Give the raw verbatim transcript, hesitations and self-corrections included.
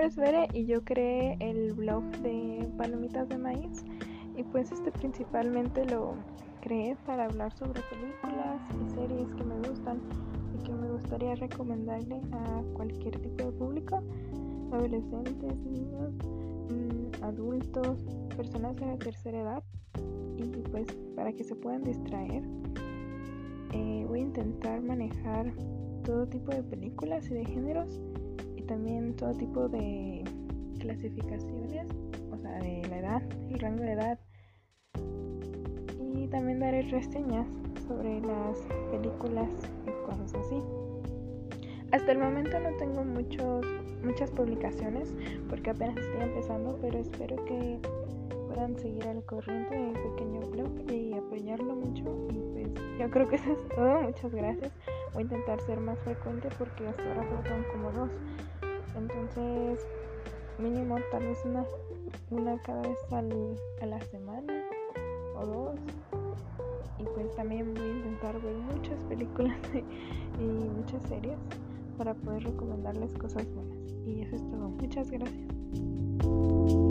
nombre es Bere y yo creé el blog de Palomitas de Maíz, y pues este principalmente lo creé para hablar sobre películas y series que me gustan y que me gustaría recomendarle a cualquier tipo de público: adolescentes, niños, mmm, adultos, personas de la tercera edad, y pues para que se puedan distraer. Eh, voy a intentar manejar todo tipo de películas y de géneros, y también todo tipo de clasificaciones, o sea, de la edad, el rango de edad, y también daré reseñas sobre las películas y cosas así. Hasta el momento no tengo muchos, muchas publicaciones porque apenas estoy empezando, pero espero que puedan seguir al corriente de mi pequeño blog y apoyarlo mucho. Y pues yo creo que eso es todo. Muchas gracias. Voy a intentar ser más frecuente porque hasta ahora faltan como dos. Entonces, mínimo tal vez una, una cada vez al, a la semana o dos. Y pues también voy a intentar ver muchas películas y muchas series para poder recomendarles cosas buenas. Y eso es todo. Muchas gracias.